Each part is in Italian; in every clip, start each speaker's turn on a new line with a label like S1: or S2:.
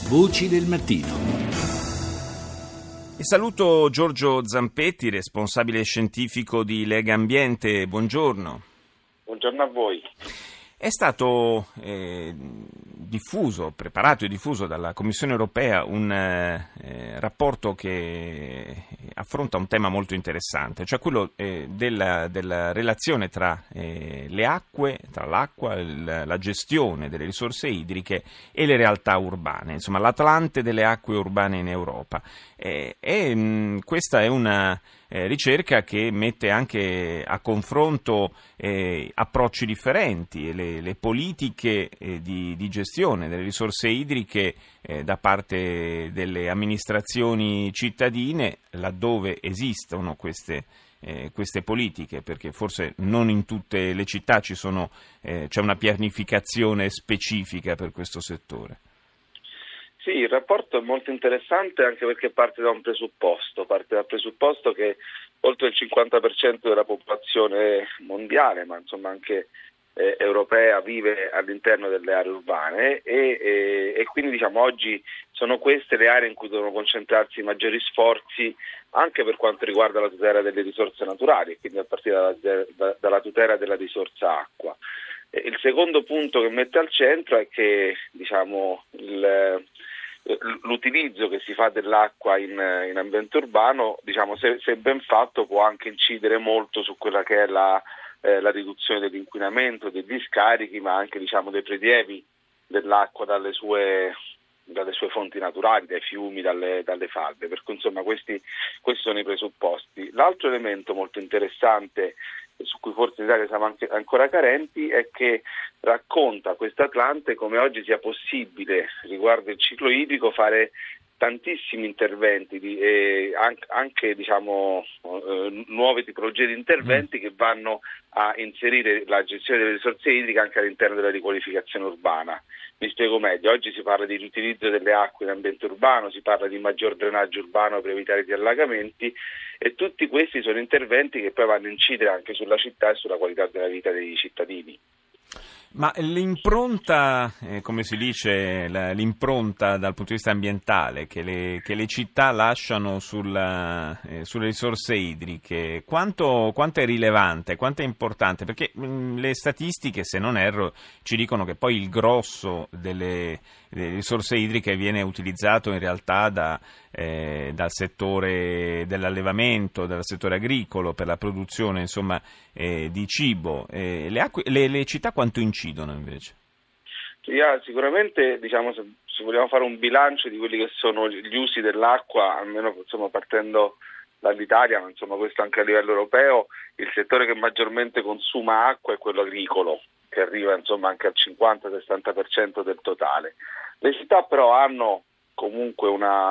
S1: Voci del mattino.
S2: E saluto Giorgio Zampetti, responsabile scientifico di Lega Ambiente. Buongiorno.
S3: Buongiorno a voi.
S2: È stato preparato e diffuso dalla Commissione europea un rapporto che affronta un tema molto interessante, cioè quello della relazione tra le acque, tra l'acqua, la gestione delle risorse idriche e le realtà urbane, insomma l'Atlante delle acque urbane in Europa. Questa è una ricerca che mette anche a confronto approcci differenti e le politiche di gestione delle risorse idriche da parte delle amministrazioni cittadine, laddove esistono queste politiche, perché forse non in tutte le città c'è una pianificazione specifica per questo settore.
S3: Sì, il rapporto è molto interessante anche perché parte dal presupposto che oltre il 50% della popolazione mondiale, ma insomma anche europea, vive all'interno delle aree urbane e quindi diciamo oggi sono queste le aree in cui devono concentrarsi i maggiori sforzi anche per quanto riguarda la tutela delle risorse naturali, quindi a partire dalla tutela della risorsa acqua. Il secondo punto che mette al centro è che diciamo l'utilizzo che si fa dell'acqua in ambiente urbano, diciamo, se ben fatto, può anche incidere molto su quella che è la riduzione dell'inquinamento, degli scarichi, ma anche diciamo dei prelievi dell'acqua dalle sue fonti naturali, dai fiumi, dalle falde. Per cui insomma questi sono i presupposti. L'altro elemento molto interessante, su cui forse in Italia siamo anche ancora carenti, è che racconta quest'Atlante come oggi sia possibile, riguardo il ciclo idrico, fare tantissimi interventi, anche diciamo nuove tipologie di interventi che vanno a inserire la gestione delle risorse idriche anche all'interno della riqualificazione urbana. Mi spiego meglio: oggi si parla di riutilizzo delle acque in ambiente urbano, si parla di maggior drenaggio urbano per evitare gli allagamenti, e tutti questi sono interventi che poi vanno a incidere anche sulla città e sulla qualità della vita dei cittadini.
S2: Ma l'impronta, come si dice, l'impronta dal punto di vista ambientale che le città lasciano sulle risorse idriche, quanto è rilevante, quanto è importante? Perché le statistiche, se non erro, ci dicono che poi il grosso delle risorse idriche viene utilizzato in realtà dal settore dell'allevamento, dal settore agricolo, per la produzione insomma di cibo. Le città quanto incidono invece?
S3: Sicuramente diciamo, se vogliamo fare un bilancio di quelli che sono gli usi dell'acqua, almeno insomma partendo dall'Italia, ma insomma questo anche a livello europeo, il settore che maggiormente consuma acqua è quello agricolo, che arriva insomma anche al 50-60% del totale. Le città però hanno comunque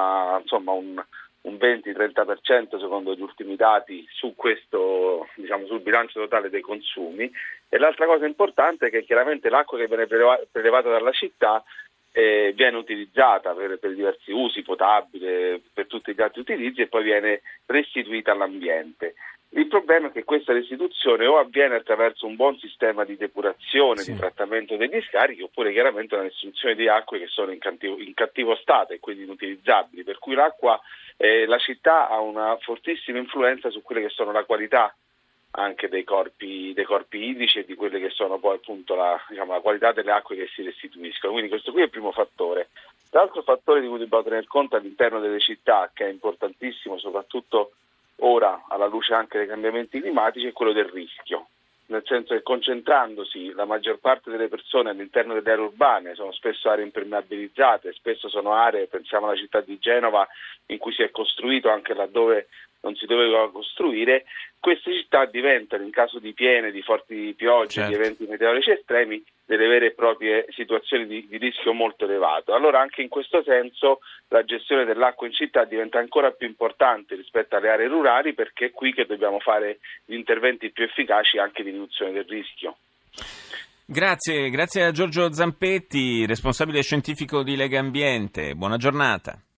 S3: un 20-30% secondo gli ultimi dati su questo, diciamo, sul bilancio totale dei consumi. E l'altra cosa importante è che chiaramente l'acqua che viene prelevata dalla città viene utilizzata per diversi usi, potabile, per tutti gli altri utilizzi, e poi viene restituita all'ambiente. Il problema è che questa restituzione o avviene attraverso un buon sistema di depurazione, di trattamento degli scarichi, oppure chiaramente una restituzione di acque che sono in cattivo stato e quindi inutilizzabili, per cui la città ha una fortissima influenza su quelle che sono la qualità anche dei corpi idrici e di quelle che sono poi appunto la qualità delle acque che si restituiscono. Quindi questo qui è il primo fattore. L'altro fattore di cui dobbiamo tener conto all'interno delle città, che è importantissimo soprattutto ora alla luce anche dei cambiamenti climatici, è quello del rischio, nel senso che concentrandosi la maggior parte delle persone all'interno delle aree urbane, sono spesso aree impermeabilizzate, spesso sono aree, pensiamo alla città di Genova, in cui si è costruito anche laddove non si doveva costruire. Queste città diventano, in caso di piene, di forti piogge, di eventi meteorologici estremi, delle vere e proprie situazioni di rischio molto elevato. Allora anche in questo senso la gestione dell'acqua in città diventa ancora più importante rispetto alle aree rurali, perché è qui che dobbiamo fare gli interventi più efficaci anche di riduzione del rischio.
S2: Grazie a Giorgio Zampetti, responsabile scientifico di Lega Ambiente. Buona giornata.